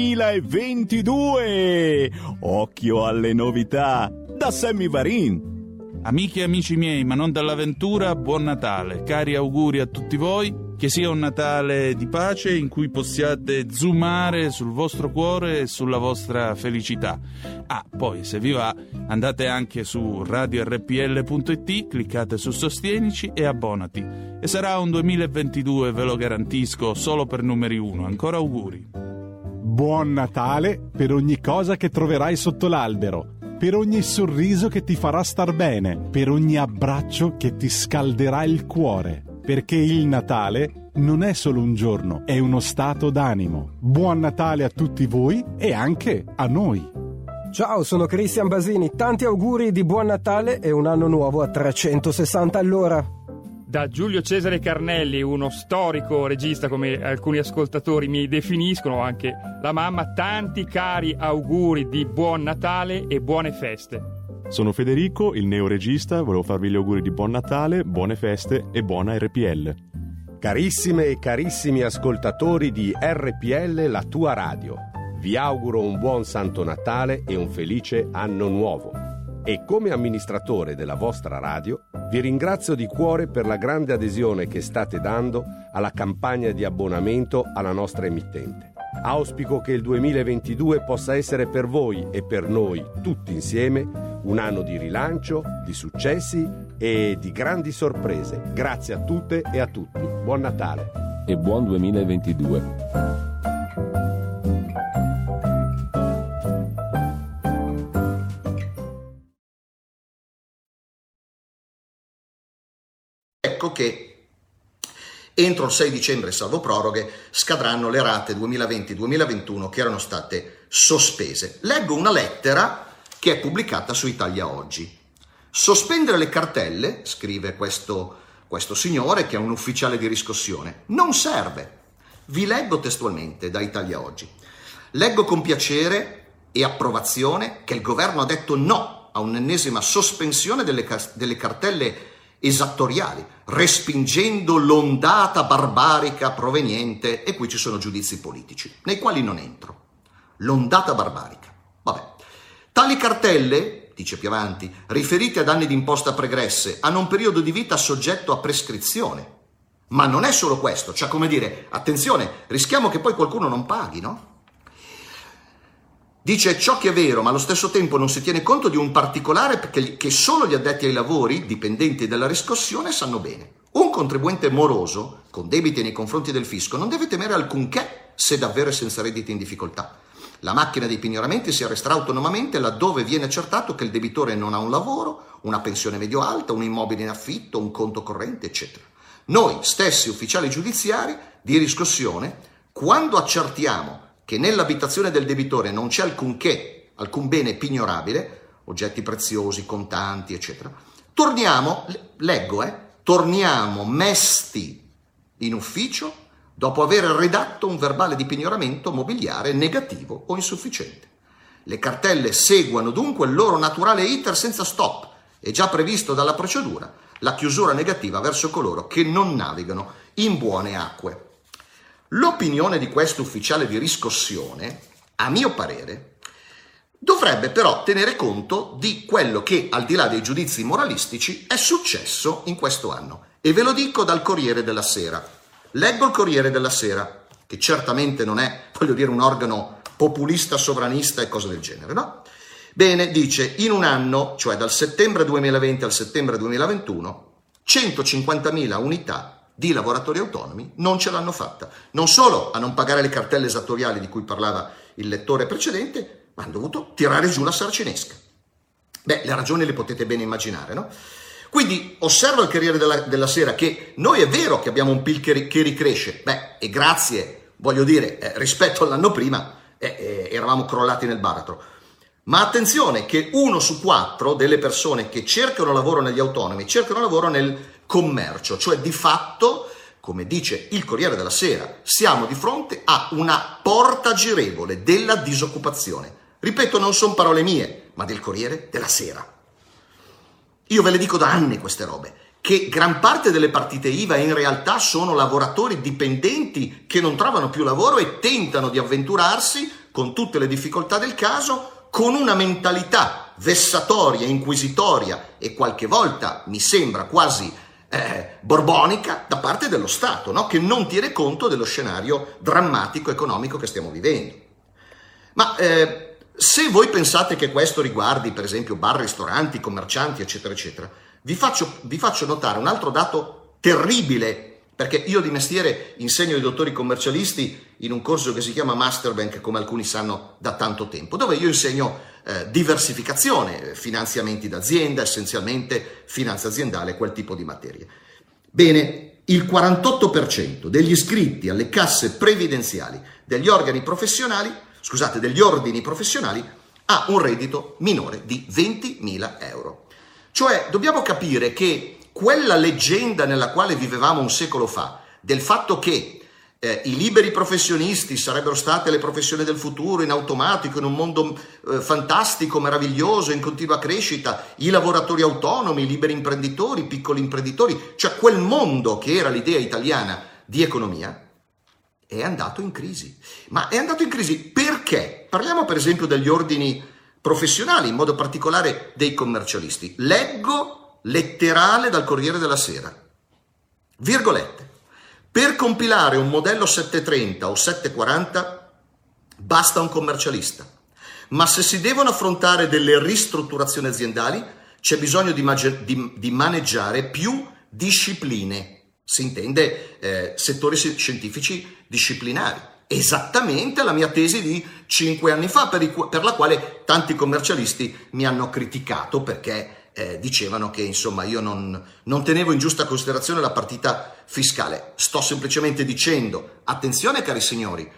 Speaker 8: 2022. Occhio alle novità da Sammy Varin.
Speaker 13: Amiche e amici miei, ma non dall'avventura, buon Natale. Cari auguri a tutti voi Che sia un Natale di pace in cui possiate zoomare sul vostro cuore e sulla vostra felicità. Poi se vi va andate anche su radiorpl.it, cliccate su Sostienici e abbonati. E sarà un 2022, ve lo garantisco, solo per numeri 1. Ancora auguri.
Speaker 1: Buon Natale per ogni cosa che troverai sotto l'albero, per ogni sorriso che ti farà star bene, per ogni abbraccio che ti scalderà il cuore. Perché il Natale non è solo un giorno, è uno stato d'animo. Buon Natale a tutti voi e anche a noi.
Speaker 14: Ciao, sono Cristian Basini. Tanti auguri di buon Natale e un anno nuovo a 360 all'ora.
Speaker 15: Da Giulio Cesare Carnelli, uno storico regista come alcuni ascoltatori mi definiscono, anche la mamma, tanti cari auguri di buon Natale e buone feste.
Speaker 2: Sono Federico, il neoregista, volevo farvi gli auguri di buon Natale, buone feste e buona RPL.
Speaker 16: Carissime e carissimi ascoltatori di RPL, la tua radio, vi auguro un buon Santo Natale e un felice anno nuovo. E come amministratore della vostra radio, vi ringrazio di cuore per la grande adesione che state dando alla campagna di abbonamento alla nostra emittente. Auspico che il 2022 possa essere per voi e per noi tutti insieme un anno di rilancio, di successi e di grandi sorprese. Grazie a tutte e a tutti. Buon Natale
Speaker 12: e buon 2022.
Speaker 4: Ecco che entro il 6 dicembre, salvo proroghe, scadranno le rate 2020-2021 che erano state sospese. Leggo una lettera che è pubblicata su Italia Oggi. Sospendere le cartelle, scrive questo signore che è un ufficiale di riscossione, non serve. Vi leggo testualmente da Italia Oggi. Leggo con piacere e approvazione che il governo ha detto no a un'ennesima sospensione delle cartelle esattoriali, respingendo l'ondata barbarica proveniente, e qui ci sono giudizi politici, nei quali non entro. L'ondata barbarica. Vabbè. Tali cartelle, dice più avanti, riferite ad anni di imposta pregresse, hanno un periodo di vita soggetto a prescrizione. Ma non è solo questo, cioè come dire, attenzione, rischiamo che poi qualcuno non paghi, no? Dice ciò che è vero, ma allo stesso tempo non si tiene conto di un particolare che solo gli addetti ai lavori, dipendenti dalla riscossione, sanno bene. Un contribuente moroso, con debiti nei confronti del fisco, non deve temere alcunché se davvero è senza redditi in difficoltà. La macchina dei pignoramenti si arresterà autonomamente laddove viene accertato che il debitore non ha un lavoro, una pensione medio-alta, un immobile in affitto, un conto corrente, eccetera. Noi stessi ufficiali giudiziari di riscossione, quando accertiamo che nell'abitazione del debitore non c'è alcunché, alcun bene pignorabile, oggetti preziosi, contanti, eccetera, torniamo mesti in ufficio dopo aver redatto un verbale di pignoramento mobiliare negativo o insufficiente. Le cartelle seguono dunque il loro naturale iter senza stop. È già previsto dalla procedura la chiusura negativa verso coloro che non navigano in buone acque. L'opinione di questo ufficiale di riscossione, a mio parere, dovrebbe però tenere conto di quello che, al di là dei giudizi moralistici, è successo in questo anno. E ve lo dico dal Corriere della Sera. Leggo il Corriere della Sera, che certamente non è, un organo populista, sovranista e cose del genere, no? Bene, dice, in un anno, cioè dal settembre 2020 al settembre 2021, 150.000 unità di lavoratori autonomi non ce l'hanno fatta. Non solo a non pagare le cartelle esattoriali di cui parlava il lettore precedente, ma hanno dovuto tirare giù la saracinesca. Beh, le ragioni le potete bene immaginare, no? Quindi osserva il Corriere della Sera che noi è vero che abbiamo un PIL che ricresce, e grazie, rispetto all'anno prima eravamo crollati nel baratro. Ma attenzione che 1 su 4 delle persone che cercano lavoro negli autonomi cercano lavoro nel commercio, cioè di fatto, come dice il Corriere della Sera, siamo di fronte a una porta girevole della disoccupazione. Ripeto, non sono parole mie, ma del Corriere della Sera. Io ve le dico da anni queste robe, che gran parte delle partite IVA in realtà sono lavoratori dipendenti che non trovano più lavoro e tentano di avventurarsi, con tutte le difficoltà del caso, con una mentalità vessatoria, inquisitoria e qualche volta mi sembra quasi borbonica da parte dello Stato, no? Che non tiene conto dello scenario drammatico economico che stiamo vivendo. Ma se voi pensate che questo riguardi per esempio bar, ristoranti, commercianti, eccetera, eccetera, vi faccio notare un altro dato terribile, perché io di mestiere insegno ai dottori commercialisti in un corso che si chiama Masterbank, come alcuni sanno da tanto tempo, dove io insegno diversificazione, finanziamenti d'azienda, essenzialmente finanza aziendale, quel tipo di materie. Bene, il 48% degli iscritti alle casse previdenziali degli ordini professionali ha un reddito minore di 20.000 euro. Cioè dobbiamo capire che quella leggenda nella quale vivevamo un secolo fa, del fatto che i liberi professionisti sarebbero state le professioni del futuro in automatico, in un mondo fantastico, meraviglioso, in continua crescita, i lavoratori autonomi, i liberi imprenditori, i piccoli imprenditori, cioè quel mondo che era l'idea italiana di economia, è andato in crisi. Ma è andato in crisi perché? Parliamo per esempio degli ordini professionali, in modo particolare dei commercialisti. Leggo letterale dal Corriere della Sera, virgolette: per compilare un modello 730 o 740 basta un commercialista, ma se si devono affrontare delle ristrutturazioni aziendali c'è bisogno di maneggiare più discipline, si intende settori scientifici disciplinari. Esattamente la mia tesi di 5 anni fa, per la quale tanti commercialisti mi hanno criticato perché dicevano che insomma io non tenevo in giusta considerazione la partita fiscale. Sto semplicemente dicendo, attenzione cari signori,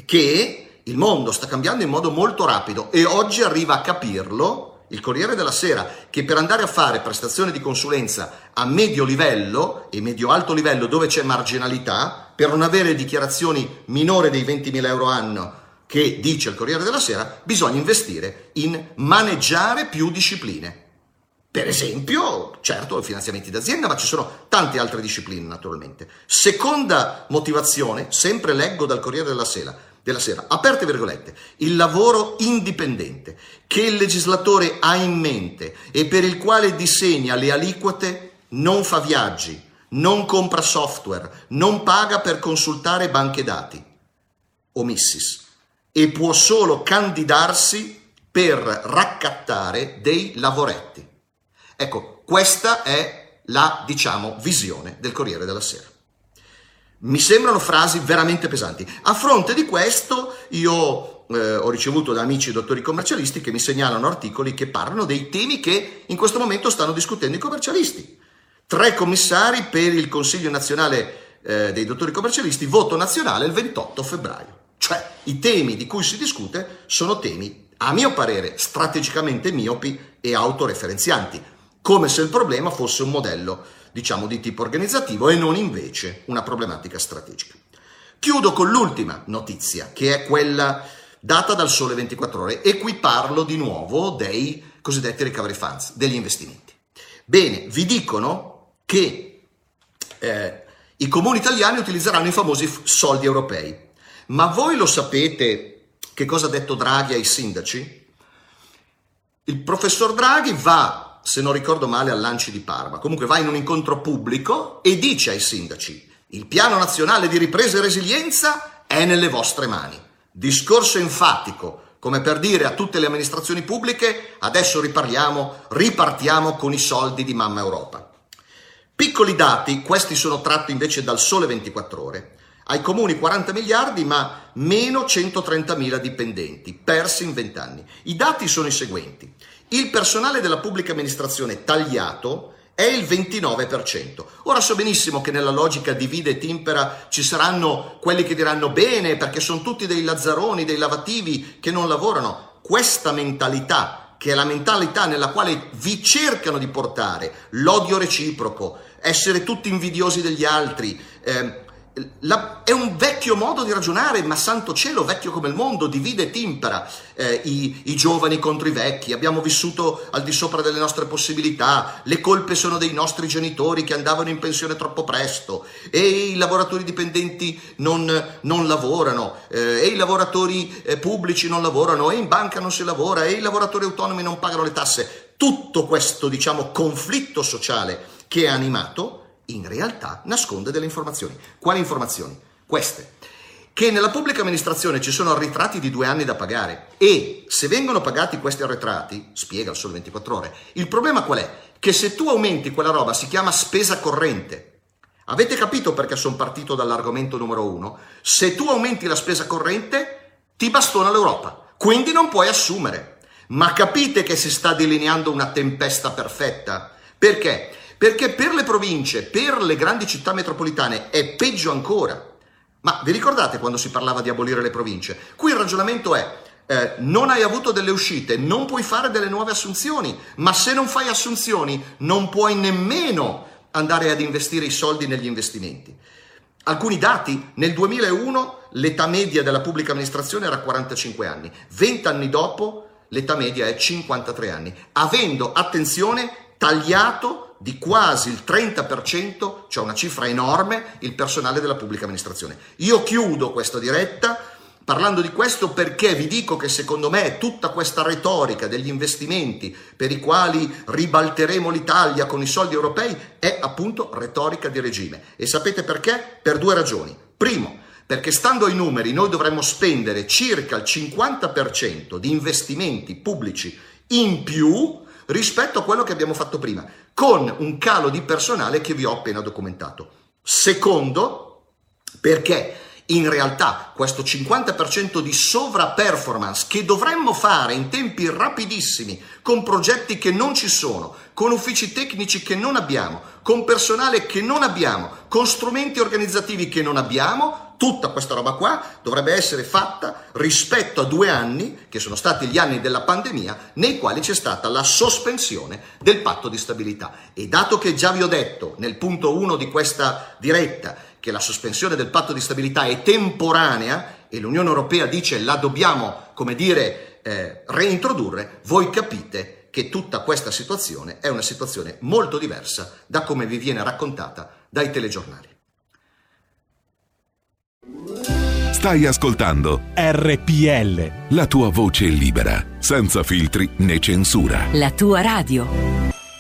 Speaker 4: che il mondo sta cambiando in modo molto rapido e oggi arriva a capirlo il Corriere della Sera, che per andare a fare prestazioni di consulenza a medio livello e medio-alto livello dove c'è marginalità, per non avere dichiarazioni minore dei 20.000 euro anno, che dice il Corriere della Sera, bisogna investire in maneggiare più discipline. Per esempio, certo, i finanziamenti d'azienda, ma ci sono tante altre discipline naturalmente. Seconda motivazione, sempre leggo dal Corriere della Sera, aperte virgolette, il lavoro indipendente che il legislatore ha in mente e per il quale disegna le aliquote non fa viaggi, non compra software, non paga per consultare banche dati, omissis, e può solo candidarsi per raccattare dei lavoretti. Ecco, questa è la, visione del Corriere della Sera. Mi sembrano frasi veramente pesanti. A fronte di questo io ho ricevuto da amici dottori commercialisti che mi segnalano articoli che parlano dei temi che in questo momento stanno discutendo i commercialisti. 3 commissari per il Consiglio nazionale dei dottori commercialisti, voto nazionale il 28 febbraio. Cioè i temi di cui si discute sono temi, a mio parere, strategicamente miopi e autoreferenzianti, come se il problema fosse un modello di tipo organizzativo e non invece una problematica strategica. Chiudo con l'ultima notizia, che è quella data dal Sole 24 Ore, e qui parlo di nuovo dei cosiddetti recovery funds, degli investimenti. Bene, vi dicono che i comuni italiani utilizzeranno i famosi soldi europei, ma voi lo sapete che cosa ha detto Draghi ai sindaci? Il professor Draghi va, se non ricordo male, al Lanci di Parma, comunque va in un incontro pubblico e dice ai sindaci: il piano nazionale di ripresa e resilienza è nelle vostre mani. Discorso enfatico, come per dire a tutte le amministrazioni pubbliche: adesso ripartiamo con i soldi di Mamma Europa. Piccoli dati, questi sono tratti invece dal Sole 24 Ore. Ai comuni 40 miliardi, ma meno 130.000 dipendenti, persi in 20 anni. I dati sono i seguenti. Il personale della pubblica amministrazione tagliato è il 29%. Ora so benissimo che nella logica divide e timpera ci saranno quelli che diranno bene perché sono tutti dei lazzaroni, dei lavativi che non lavorano. Questa mentalità, che è la mentalità nella quale vi cercano di portare l'odio reciproco, essere tutti invidiosi degli altri, è un vecchio modo di ragionare, ma santo cielo, vecchio come il mondo, divide e timpera, i giovani contro i vecchi, abbiamo vissuto al di sopra delle nostre possibilità, le colpe sono dei nostri genitori che andavano in pensione troppo presto, e i lavoratori dipendenti non lavorano, e i lavoratori pubblici non lavorano, e in banca non si lavora, e i lavoratori autonomi non pagano le tasse. Tutto questo, conflitto sociale che è animato in realtà nasconde delle informazioni. Quali informazioni? Queste. Che nella pubblica amministrazione ci sono arretrati di 2 anni da pagare e se vengono pagati questi arretrati, spiega il Sole 24 Ore, il problema qual è? Che se tu aumenti quella roba si chiama spesa corrente. Avete capito perché sono partito dall'argomento numero 1? Se tu aumenti la spesa corrente ti bastona l'Europa, quindi non puoi assumere. Ma capite che si sta delineando una tempesta perfetta? Perché? Perché per le province, per le grandi città metropolitane è peggio ancora. Ma vi ricordate quando si parlava di abolire le province? Qui il ragionamento è non hai avuto delle uscite, non puoi fare delle nuove assunzioni, ma se non fai assunzioni non puoi nemmeno andare ad investire i soldi negli investimenti. Alcuni dati: nel 2001 l'età media della pubblica amministrazione era 45 anni, 20 anni dopo l'età media è 53 anni, avendo, attenzione, tagliato di quasi il 30%, cioè una cifra enorme, il personale della pubblica amministrazione. Io chiudo questa diretta parlando di questo perché vi dico che secondo me tutta questa retorica degli investimenti per i quali ribalteremo l'Italia con i soldi europei è appunto retorica di regime. E sapete perché? Per 2 ragioni. Primo, perché stando ai numeri noi dovremmo spendere circa il 50% di investimenti pubblici in più rispetto a quello che abbiamo fatto prima, con un calo di personale che vi ho appena documentato. Secondo, perché in realtà questo 50% di sovraperformance che dovremmo fare in tempi rapidissimi, con progetti che non ci sono, con uffici tecnici che non abbiamo, con personale che non abbiamo, con strumenti organizzativi che non abbiamo, tutta questa roba qua dovrebbe essere fatta rispetto a 2 anni, che sono stati gli anni della pandemia, nei quali c'è stata la sospensione del patto di stabilità. E dato che già vi ho detto nel punto 1 di questa diretta che la sospensione del patto di stabilità è temporanea e l'Unione Europea dice la dobbiamo, reintrodurre, voi capite che tutta questa situazione è una situazione molto diversa da come vi viene raccontata dai telegiornali.
Speaker 11: Stai ascoltando
Speaker 1: RPL,
Speaker 11: la tua voce libera, senza filtri né censura.
Speaker 7: La tua radio.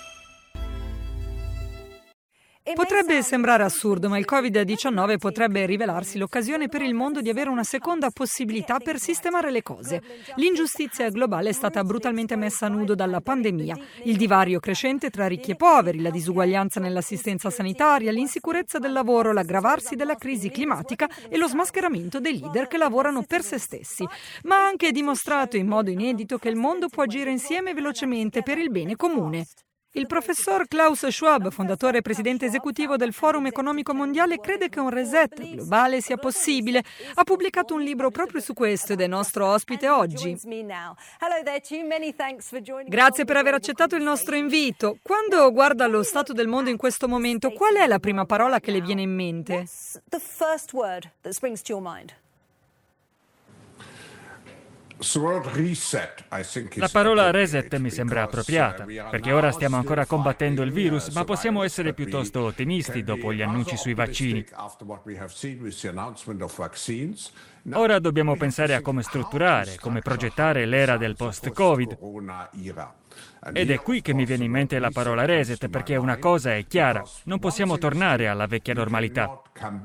Speaker 17: Potrebbe sembrare assurdo, ma il Covid-19 potrebbe rivelarsi l'occasione per il mondo di avere una seconda possibilità per sistemare le cose. L'ingiustizia globale è stata brutalmente messa a nudo dalla pandemia. Il divario crescente tra ricchi e poveri, la disuguaglianza nell'assistenza sanitaria, l'insicurezza del lavoro, l'aggravarsi della crisi climatica e lo smascheramento dei leader che lavorano per se stessi. Ma ha anche dimostrato in modo inedito che il mondo può agire insieme velocemente per il bene comune. Il professor Klaus Schwab, fondatore e presidente esecutivo del Forum Economico Mondiale, crede che un reset globale sia possibile. Ha pubblicato un libro proprio su questo ed è nostro ospite oggi. Grazie per aver accettato il nostro invito. Quando guarda lo stato del mondo in questo momento, qual è la prima parola che le viene in mente?
Speaker 15: La parola reset mi sembra appropriata, perché ora stiamo ancora combattendo il virus, ma possiamo essere piuttosto ottimisti dopo gli annunci sui vaccini. Ora dobbiamo pensare a come strutturare, come progettare l'era del post-Covid. Ed è qui che mi viene in mente la parola reset, perché una cosa è chiara: non possiamo tornare alla vecchia normalità.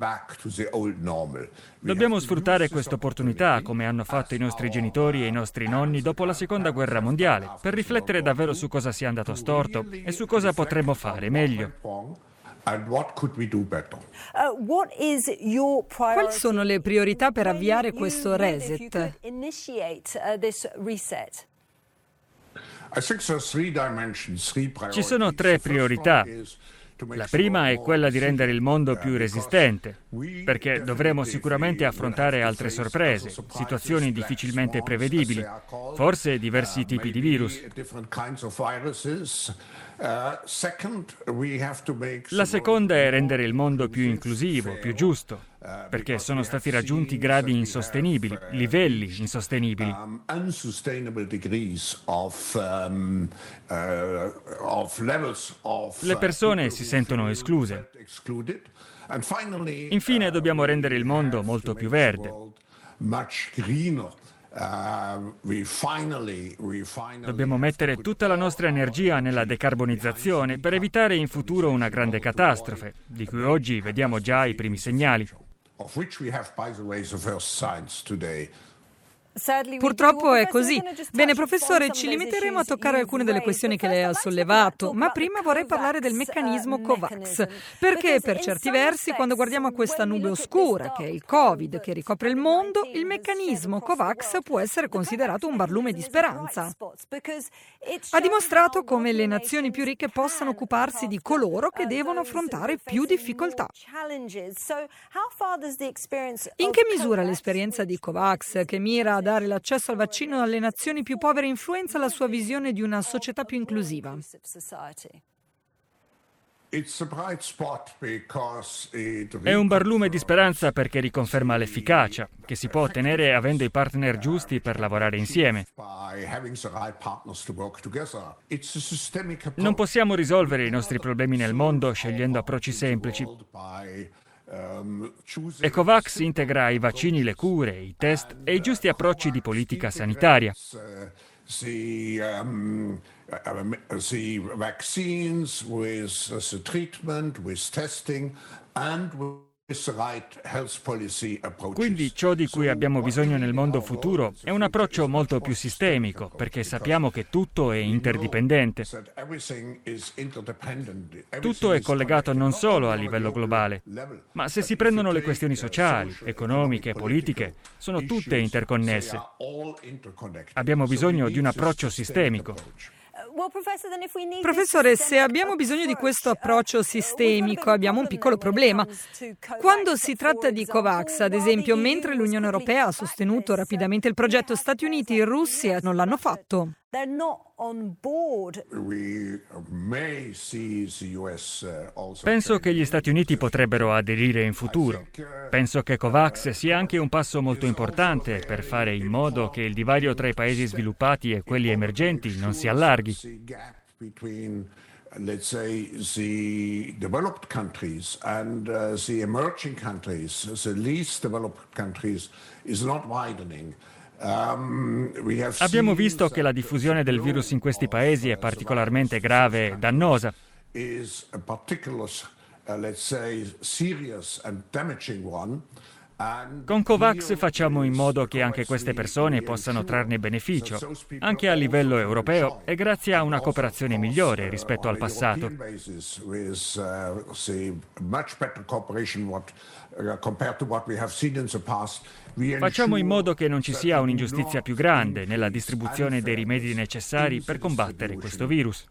Speaker 15: Dobbiamo sfruttare questa opportunità, come hanno fatto i nostri genitori e i nostri nonni dopo la Seconda Guerra Mondiale, per riflettere davvero su cosa sia andato storto e su cosa potremmo fare meglio.
Speaker 17: Quali sono le priorità per avviare questo reset?
Speaker 15: Ci sono 3 priorità. La prima è quella di rendere il mondo più resistente, perché dovremo sicuramente affrontare altre sorprese, situazioni difficilmente prevedibili, forse diversi tipi di virus. La seconda è rendere il mondo più inclusivo, più giusto, perché sono stati raggiunti gradi insostenibili, livelli insostenibili. Le persone si sentono escluse. Infine dobbiamo rendere il mondo molto più verde. Dobbiamo mettere tutta la nostra energia nella decarbonizzazione per evitare in futuro una grande catastrofe, di cui oggi vediamo già i primi segnali.
Speaker 17: Purtroppo è così. Bene, professore, ci limiteremo a toccare alcune delle questioni che lei ha sollevato, ma prima vorrei parlare del meccanismo COVAX, perché per certi versi, quando guardiamo a questa nube oscura, che è il Covid, che ricopre il mondo, il meccanismo COVAX può essere considerato un barlume di speranza. Ha dimostrato come le nazioni più ricche possano occuparsi di coloro che devono affrontare più difficoltà. In che misura l'esperienza di COVAX, che mira a dare l'accesso al vaccino alle nazioni più povere, influenza la sua visione di una società più inclusiva?
Speaker 15: È un barlume di speranza perché riconferma l'efficacia, che si può ottenere avendo i partner giusti per lavorare insieme. Non possiamo risolvere i nostri problemi nel mondo scegliendo approcci semplici. E COVAX integra i vaccini, le cure, i test e i giusti approcci di politica sanitaria.
Speaker 18: The vaccines with the treatment, with testing and with the right health policy approaches.
Speaker 15: Quindi ciò di cui abbiamo bisogno nel mondo futuro è un approccio molto più sistemico, perché sappiamo che tutto è interdipendente. Tutto è collegato non solo a livello globale, ma se si prendono le questioni sociali, economiche, politiche, sono tutte interconnesse. Abbiamo bisogno di un approccio sistemico.
Speaker 17: Professore, se abbiamo bisogno di questo approccio sistemico, abbiamo un piccolo problema. Quando si tratta di COVAX, ad esempio, mentre l'Unione Europea ha sostenuto rapidamente il progetto, Stati Uniti e Russia non l'hanno fatto.
Speaker 15: Penso che gli Stati Uniti potrebbero aderire in futuro. Penso che COVAX sia anche un passo molto importante per fare in modo che il divario tra i paesi sviluppati e quelli emergenti non si allarghi.
Speaker 18: Let's say the developed countries and the emerging countries, the least developed countries, is not widening.
Speaker 15: Abbiamo visto che la diffusione del virus in questi paesi è particolarmente grave e dannosa. Con COVAX facciamo in modo che anche queste persone possano trarne beneficio, anche a livello europeo e grazie a una cooperazione migliore rispetto al passato. Facciamo in modo che non ci sia un'ingiustizia più grande nella distribuzione dei rimedi necessari per combattere questo virus.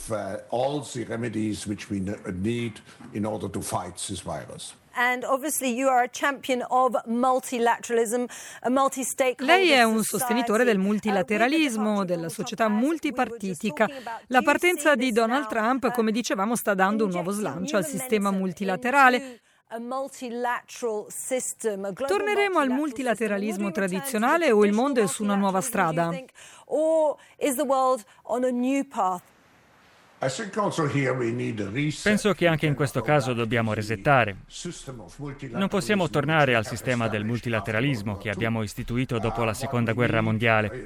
Speaker 17: Lei è un sostenitore del multilateralismo, della società multipartitica. La partenza di Donald Trump, come dicevamo, sta dando un nuovo slancio al sistema multilaterale. Torneremo al multilateralismo tradizionale o il mondo è su una nuova strada?
Speaker 15: Penso che anche in questo caso dobbiamo resettare. Non possiamo tornare al sistema del multilateralismo che abbiamo istituito dopo la Seconda Guerra Mondiale.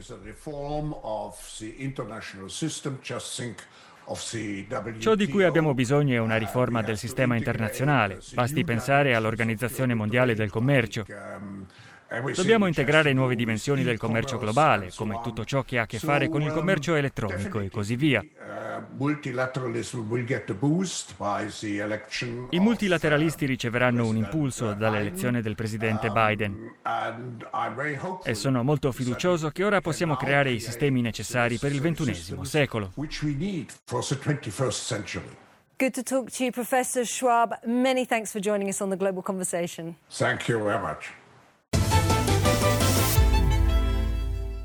Speaker 15: Ciò di cui abbiamo bisogno è una riforma del sistema internazionale. Basti pensare all'Organizzazione Mondiale del Commercio. Dobbiamo integrare nuove dimensioni del commercio globale, come tutto ciò che ha a che fare con il commercio elettronico e così via. I multilateralisti riceveranno un impulso dall'elezione del presidente Biden e sono molto fiducioso che ora possiamo creare i sistemi necessari per il XXI secolo.
Speaker 19: Good to talk to you, Professor Schwab. Many thanks for joining us on the Global Conversation.
Speaker 18: Thank you very much.